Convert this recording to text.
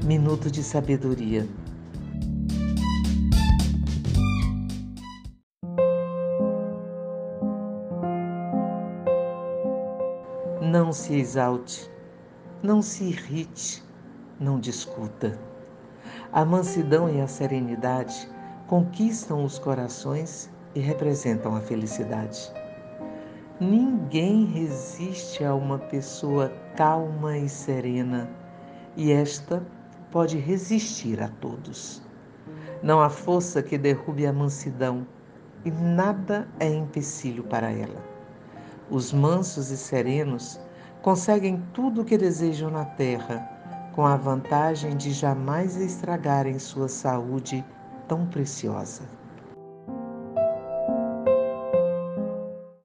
Minuto de sabedoria. Não se exalte, não se irrite, não discuta. A mansidão e a serenidade conquistam os corações e representam a felicidade. Ninguém resiste a uma pessoa calma e serena, e esta pode resistir a todos. Não há força que derrube a mansidão, e nada é empecilho para ela. Os mansos e serenos conseguem tudo o que desejam na terra, com a vantagem de jamais estragarem sua saúde tão preciosa.